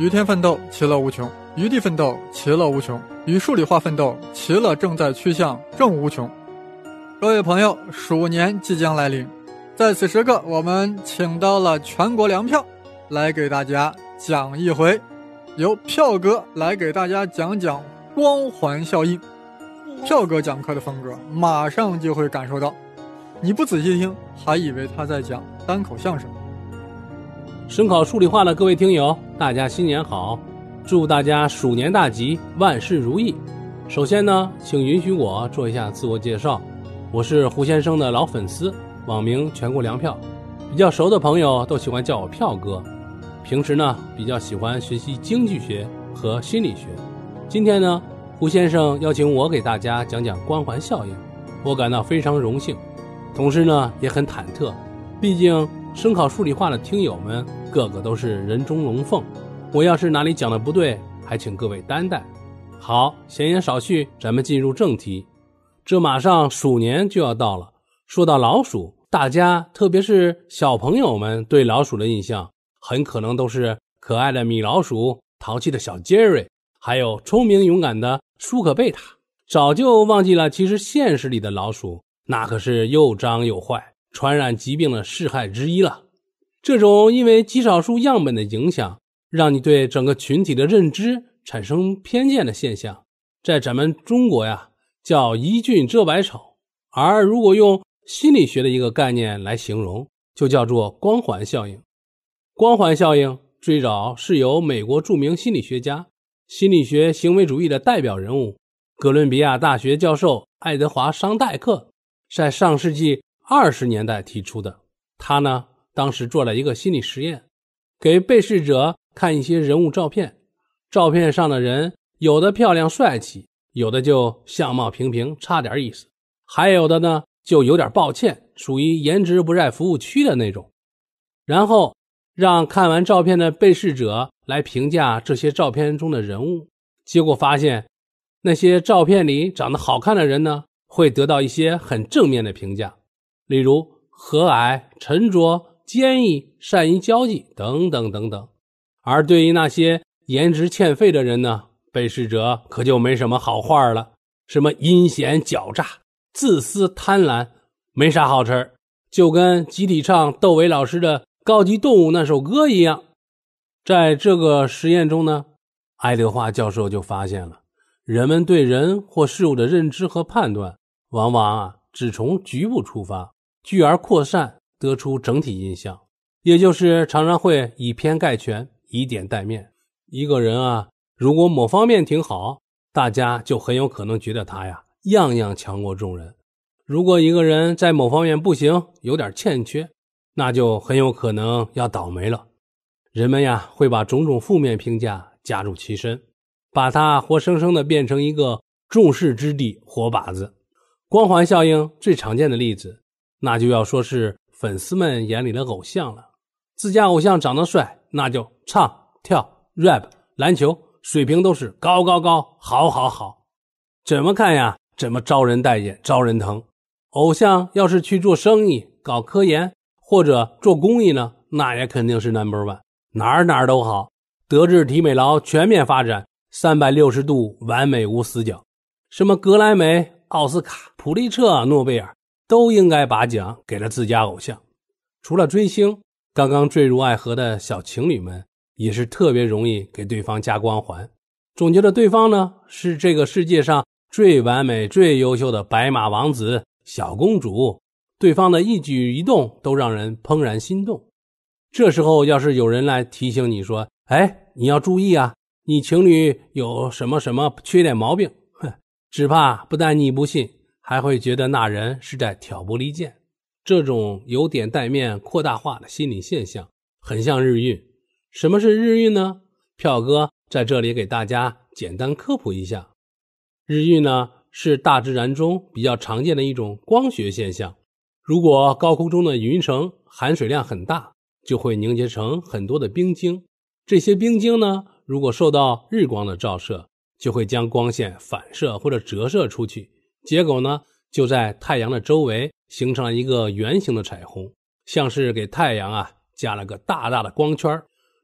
与天奋斗，其乐无穷；与地奋斗，其乐无穷；与数理化奋斗，其乐正在趋向正无穷。各位朋友，鼠年即将来临，在此时刻，我们请到了全国粮票来给大家讲一回，由票哥来给大家讲讲光环效应。票哥讲课的风格，马上就会感受到，你不仔细听，还以为他在讲单口相声。 声考数理化的各位听友，大家新年好，祝大家鼠年大吉，万事如意。首先呢，请允许我做一下自我介绍，我是胡先生的老粉丝，网名全国粮票，比较熟的朋友都喜欢叫我票哥。平时呢，比较喜欢学习经济学和心理学。今天呢，胡先生邀请我给大家讲讲光环效应，我感到非常荣幸，同时呢也很忐忑，毕竟声考数理化的听友们个个都是人中龙凤，我要是哪里讲的不对，还请各位担待。好，闲言少叙，咱们进入正题。这马上鼠年就要到了，说到老鼠，大家特别是小朋友们对老鼠的印象很可能都是可爱的米老鼠、淘气的小杰瑞，还有聪明勇敢的舒克贝塔，早就忘记了其实现实里的老鼠那可是又脏又坏，传染疾病的四害之一了。这种因为极少数样本的影响，让你对整个群体的认知产生偏见的现象，在咱们中国呀叫一俊遮百丑，而如果用心理学的一个概念来形容，就叫做光环效应。光环效应最早是由美国著名心理学家、心理学行为主义的代表人物哥伦比亚大学教授爱德华·桑代克在上世纪20年代提出的。他呢，当时做了一个心理实验，给被试者看一些人物照片，照片上的人有的漂亮帅气，有的就相貌平平差点意思，还有的呢就有点抱歉，属于颜值不在服务区的那种。然后让看完照片的被试者来评价这些照片中的人物，结果发现那些照片里长得好看的人呢，会得到一些很正面的评价，例如和蔼、沉着、坚毅、善于交际等等等等。而对于那些颜值欠费的人呢，被试者可就没什么好话了，什么阴险狡诈、自私贪婪，没啥好词儿，就跟集体唱窦唯老师的高级动物那首歌一样。在这个实验中呢，爱德华教授就发现了，人们对人或事物的认知和判断往往只从局部出发，聚而扩散，得出整体印象，也就是常常会以偏概全，以点带面。一个人如果某方面挺好，大家就很有可能觉得他样样强过众人。如果一个人在某方面不行，有点欠缺，那就很有可能要倒霉了。人们会把种种负面评价加入其身，把它活生生的变成一个众矢之的活靶子。光环效应最常见的例子，那就要说是粉丝们眼里的偶像了。自家偶像长得帅，那就唱、跳、rap、篮球水平都是高高高，好好好，怎么看怎么招人待见，招人疼。偶像要是去做生意、搞科研或者做公益呢，那也肯定是 No.1， 哪儿都好，德智体美劳全面发展，360度完美无死角。什么格莱美、奥斯卡、普利策、诺贝尔都应该把奖给了自家偶像。除了追星，刚刚坠入爱河的小情侣们也是特别容易给对方加光环，总觉得对方呢是这个世界上最完美最优秀的白马王子、小公主，对方的一举一动都让人怦然心动。这时候要是有人来提醒你说，你要注意你情侣有什么什么缺点毛病，只怕不但你不信，还会觉得那人是在挑拨离间。这种有点带面扩大化的心理现象很像日晕。什么是日晕呢？票哥在这里给大家简单科普一下。日晕呢，是大自然中比较常见的一种光学现象。如果高空中的云层含水量很大，就会凝结成很多的冰晶。这些冰晶呢，如果受到日光的照射，就会将光线反射或者折射出去，结果呢，就在太阳的周围形成了一个圆形的彩虹，像是给太阳加了个大大的光圈。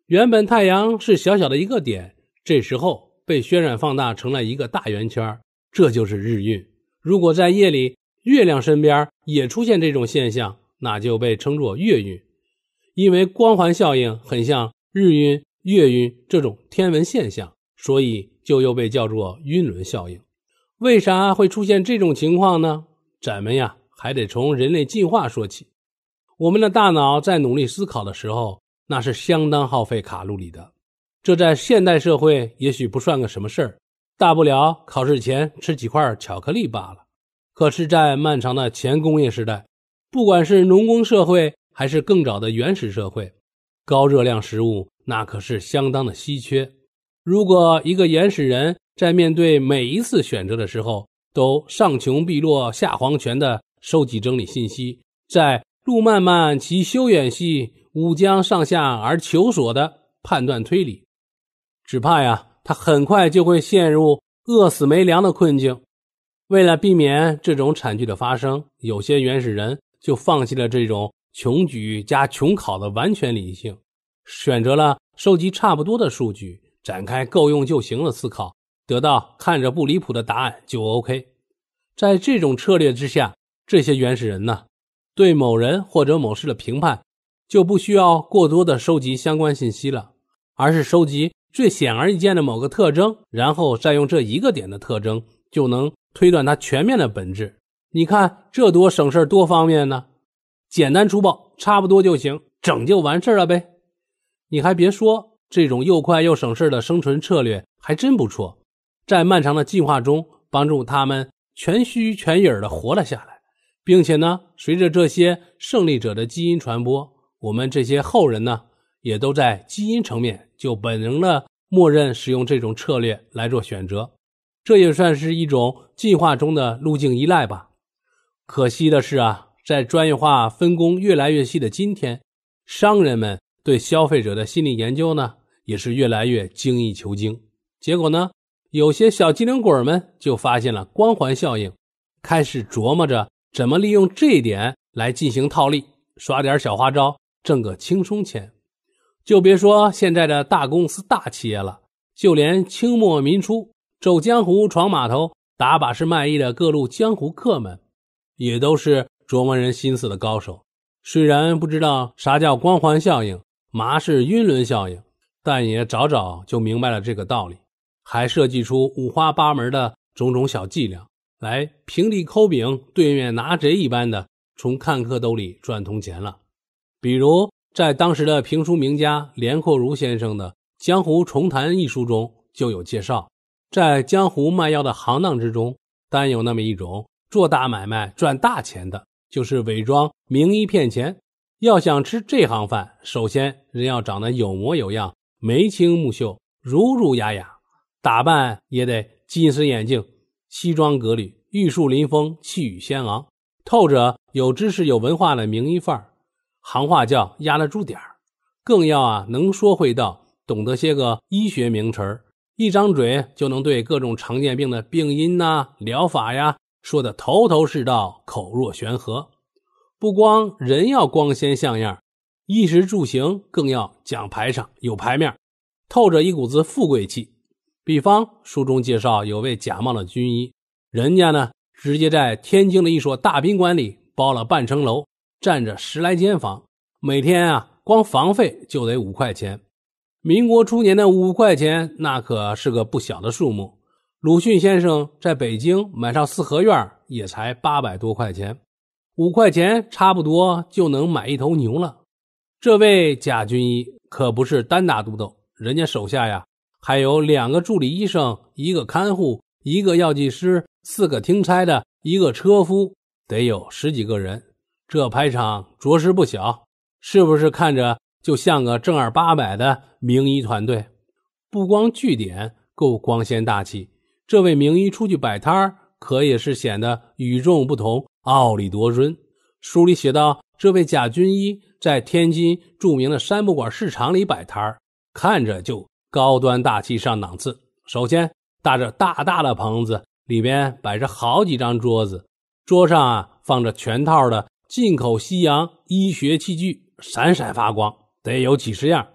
原本太阳是小小的一个点，这时候被渲染放大成了一个大圆圈，这就是日晕。如果在夜里月亮身边也出现这种现象，那就被称作月晕。因为光环效应很像日晕、月晕这种天文现象，所以就又被叫做晕轮效应。为啥会出现这种情况呢？咱们呀还得从人类进化说起。我们的大脑在努力思考的时候，那是相当耗费卡路里的。这在现代社会也许不算个什么事儿，大不了考试前吃几块巧克力罢了。可是在漫长的前工业时代，不管是农耕社会还是更早的原始社会，高热量食物那可是相当的稀缺。如果一个原始人在面对每一次选择的时候，都上穷碧落下黄泉的收集整理信息，在路漫漫其修远兮，吾将上下而求索的判断推理，只怕呀他很快就会陷入饿死没粮的困境。为了避免这种惨剧的发生，有些原始人就放弃了这种穷举加穷考的完全理性，选择了收集差不多的数据，展开够用就行的思考，得到看着不离谱的答案就 OK。 在这种策略之下，这些原始人呢，对某人或者某事的评判就不需要过多的收集相关信息了，而是收集最显而易见的某个特征，然后再用这一个点的特征就能推断它全面的本质。你看这多省事多方便呢，简单粗暴差不多就行，整就完事了呗。你还别说，这种又快又省事的生存策略还真不错，在漫长的进化中帮助他们全虚全影的活了下来。并且呢，随着这些胜利者的基因传播，我们这些后人呢，也都在基因层面就本能的默认使用这种策略来做选择，这也算是一种进化中的路径依赖吧。可惜的是啊，在专业化分工越来越细的今天，商人们对消费者的心理研究呢，也是越来越精益求精。结果呢，有些小机灵鬼们就发现了光环效应，开始琢磨着怎么利用这一点来进行套利，耍点小花招，挣个轻松钱。就别说现在的大公司大企业了，就连清末民初走江湖闯码头打把式卖艺的各路江湖客们，也都是琢磨人心思的高手。虽然不知道啥叫光环效应，嘛是晕轮效应，但也早早就明白了这个道理，还设计出五花八门的种种小伎俩，来平地抠饼对面拿贼一般的从看客兜里赚铜钱了。比如在当时的评书名家连阔如先生的《江湖重谈》一书中就有介绍，在江湖卖药的行当之中，单有那么一种做大买卖赚大钱的，就是伪装名医骗钱。要想吃这行饭，首先人要长得有模有样，眉清目秀，儒儒雅雅，打扮也得金丝眼镜，西装革履，玉树临风，气宇轩昂，透着有知识有文化的名医范儿，行话叫压得住点儿。更要能说会道，懂得些个医学名词，一张嘴就能对各种常见病的病因疗法说得头头是道，口若悬河。不光人要光鲜像样，衣食住行更要讲排场有排面，透着一股子富贵气。比方书中介绍有位假冒的军医，人家呢直接在天津的一所大宾馆里包了半层楼，占着10来间房，每天光房费就得5块钱。民国初年的5块钱那可是个不小的数目。鲁迅先生在北京买上4合院也才800多块钱，5块钱差不多就能买一头牛了。这位假军医可不是单打独斗，人家手下还有2个助理医生，1个看护，1个药剂师，4个听差的，1个车夫，得有10几个人。这排场着实不小，是不是看着就像个正儿八百的名医团队？不光据点够光鲜大气，这位名医出去摆摊可也是显得与众不同，傲立多尊。书里写道，这位假军医在天津著名的山木馆市场里摆摊，看着就高端大气上档次。首先搭着大大的棚子，里边摆着好几张桌子，桌上放着全套的进口西洋医学器具，闪闪发光，得有几10样。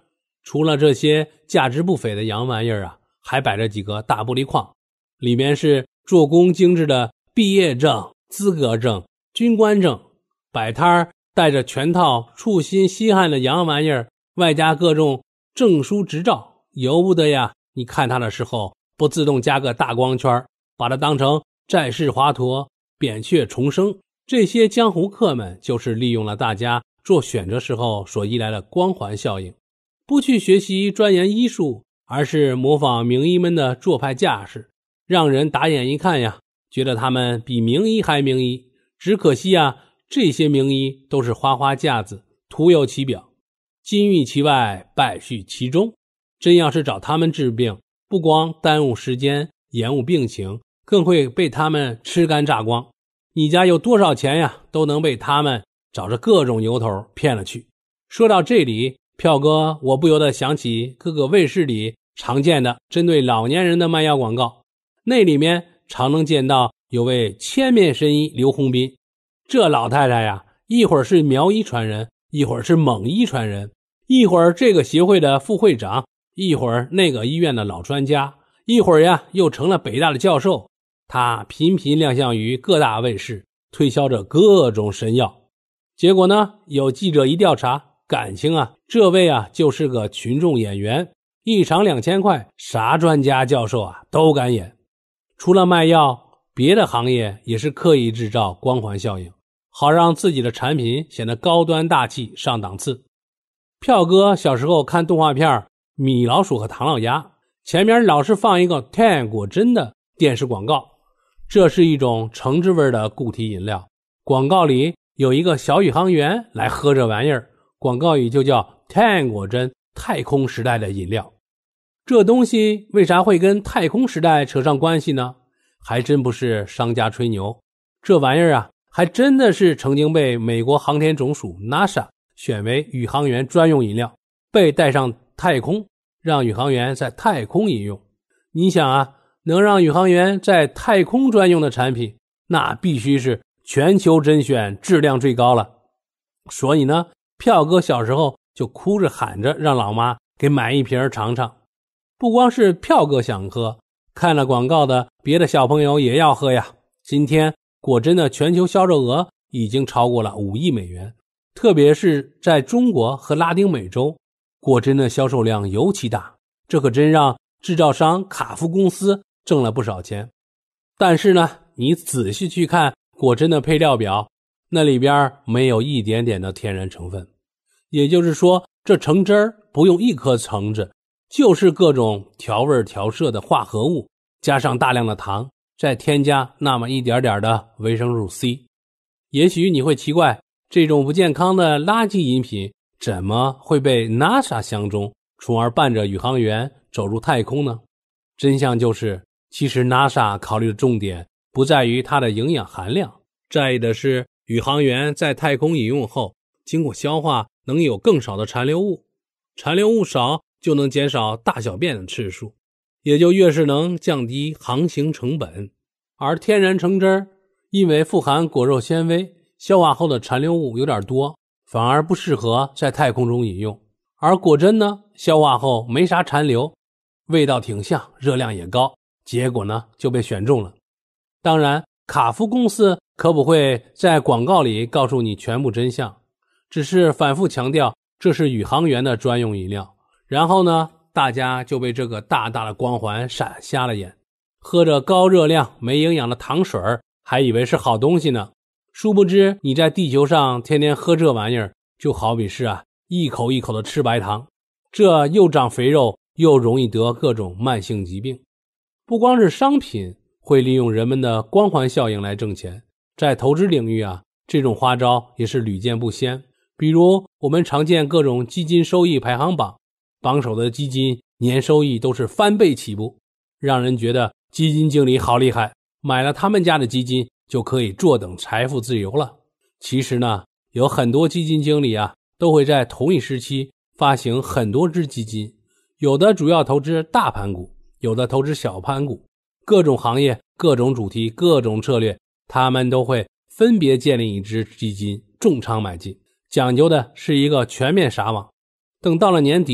除了这些价值不菲的洋玩意儿啊，还摆着几个大玻璃框，里面是做工精致的毕业证、资格证、军官证，摆摊儿带着全套处心稀罕的洋玩意儿，外加各种证书执照，由不得呀你看它的时候不自动加个大光圈，把它当成债市华佗、扁鹊重生。这些江湖客们就是利用了大家做选择时候所依赖的光环效应，不去学习钻研医术，而是模仿名医们的做派架势，让人打眼一看呀，觉得他们比名医还名医。只可惜啊，这些名医都是花花架子，徒有其表，金玉其外，败絮其中。真要是找他们治病，不光耽误时间，延误病情，更会被他们吃干榨光。你家有多少钱呀，都能被他们找着各种由头骗了去。说到这里，票哥我不由得想起各个卫视里常见的针对老年人的卖药广告，那里面常能见到有位千面神医刘洪斌，这老太太呀，一会儿是苗医传人，一会儿是蒙医传人，一会儿这个协会的副会长，一会儿那个医院的老专家，一会儿呀又成了北大的教授。他频频亮相于各大卫视，推销着各种神药。结果呢，有记者一调查，感情啊，这位啊就是个群众演员，一场2000块，啥专家教授啊都敢演。除了卖药，别的行业也是刻意制造光环效应，好让自己的产品显得高端大气上档次。票哥小时候看动画片米老鼠和唐老鸭，前面老是放一个10果真的电视广告，这是一种橙汁味的固体饮料，广告里有一个小宇航员来喝这玩意儿，广告语就叫10果真太空时代的饮料。这东西为啥会跟太空时代扯上关系呢？还真不是商家吹牛，这玩意儿啊，还真的是曾经被美国航天总署 NASA 选为宇航员专用饮料，被带上太空，让宇航员在太空饮用。你想啊，能让宇航员在太空专用的产品，那必须是全球甄选质量最高了。所以呢，票哥小时候就哭着喊着让老妈给买一瓶尝尝。不光是票哥想喝，看了广告的别的小朋友也要喝呀。今天果真的全球销售额已经超过了5亿美元，特别是在中国和拉丁美洲，果真的销售量尤其大，这可真让制造商卡夫公司挣了不少钱。但是呢，你仔细去看果真的配料表，那里边没有一点点的天然成分，也就是说，这橙汁儿不用一颗橙子，就是各种调味调色的化合物，加上大量的糖，再添加那么一点点的维生素 C。 也许你会奇怪，这种不健康的垃圾饮品怎么会被 NASA 相中，从而伴着宇航员走入太空呢？真相就是，其实 NASA 考虑的重点不在于它的营养含量，在意的是宇航员在太空饮用后，经过消化能有更少的残留物，残留物少就能减少大小便的次数，也就越是能降低航行成本。而天然橙汁因为富含果肉纤维，消化后的残留物有点多，反而不适合在太空中饮用。而果真呢，消化后没啥残留，味道挺像，热量也高，结果呢就被选中了。当然，卡夫公司可不会在广告里告诉你全部真相，只是反复强调这是宇航员的专用饮料。然后呢，大家就被这个大大的光环闪瞎了眼，喝着高热量没营养的糖水还以为是好东西呢。殊不知你在地球上天天喝这玩意儿，就好比是一口一口的吃白糖，这又长肥肉，又容易得各种慢性疾病。不光是商品会利用人们的光环效应来挣钱，在投资领域这种花招也是屡见不鲜。比如我们常见各种基金收益排行榜，榜首的基金年收益都是翻倍起步，让人觉得基金经理好厉害，买了他们家的基金就可以坐等财富自由了。其实呢，有很多基金经理都会在同一时期发行很多只基金，有的主要投资大盘股，有的投资小盘股，各种行业、各种主题、各种策略，他们都会分别建立一只基金重仓买进，讲究的是一个全面撒网。等到了年底，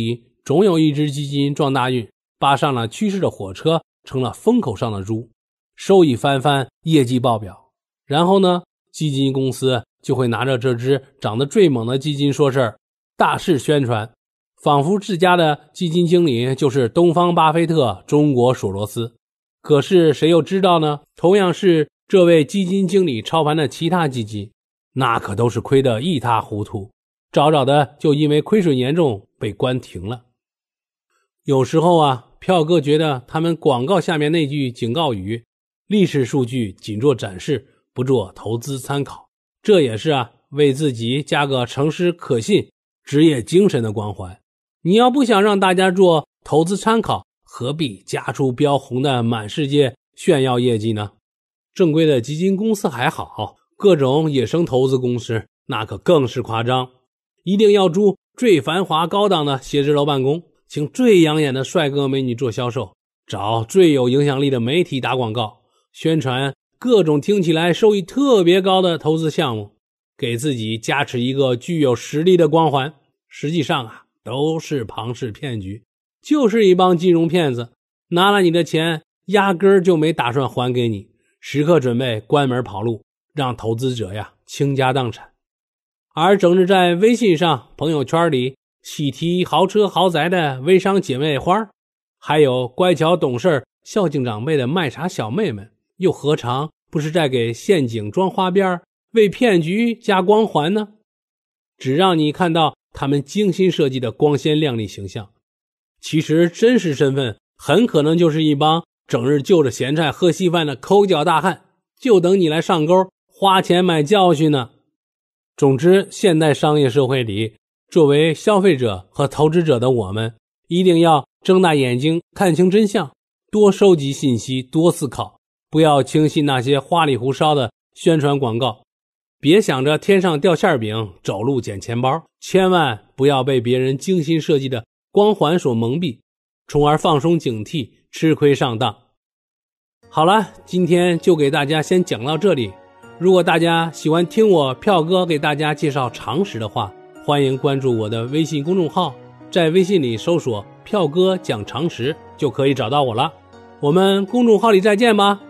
总有一只基金撞大运，扒上了趋势的火车，成了风口上的猪，收益翻番，业绩爆表。然后呢，基金公司就会拿着这只长得最猛的基金说事儿，大肆宣传，仿佛自家的基金经理就是东方巴菲特，中国索罗斯。可是谁又知道呢？同样是这位基金经理操盘的其他基金，那可都是亏得一塌糊涂，早早的就因为亏损严重被关停了。有时候啊，票哥觉得他们广告下面那句警告语，历史数据仅做展示，不做投资参考，这也是为自己加个诚实可信、职业精神的光环。你要不想让大家做投资参考，何必加出标红的满世界炫耀业绩呢？正规的基金公司还好，各种野生投资公司那可更是夸张，一定要租最繁华高档的写字楼办公，请最养眼的帅哥美女做销售，找最有影响力的媒体打广告，宣传各种听起来收益特别高的投资项目，给自己加持一个具有实力的光环。实际上都是庞氏骗局，就是一帮金融骗子，拿了你的钱压根儿就没打算还给你，时刻准备关门跑路，让投资者倾家荡产。而整日在微信上朋友圈里喜提豪车豪宅的微商姐妹花，还有乖巧懂事孝敬长辈的卖茶小妹们，又何尝不是在给陷阱装花边，为骗局加光环呢？只让你看到他们精心设计的光鲜亮丽形象，其实真实身份很可能就是一帮整日就着咸菜喝稀饭的抠脚大汉，就等你来上钩，花钱买教训呢。总之，现代商业社会里，作为消费者和投资者的我们，一定要睁大眼睛看清真相，多收集信息，多思考，不要轻信那些花里胡哨的宣传广告，别想着天上掉馅饼，走路捡钱包，千万不要被别人精心设计的光环所蒙蔽，从而放松警惕，吃亏上当。好了，今天就给大家先讲到这里。如果大家喜欢听我票哥给大家介绍常识的话，欢迎关注我的微信公众号，在微信里搜索票哥讲常识就可以找到我了。我们公众号里再见吧。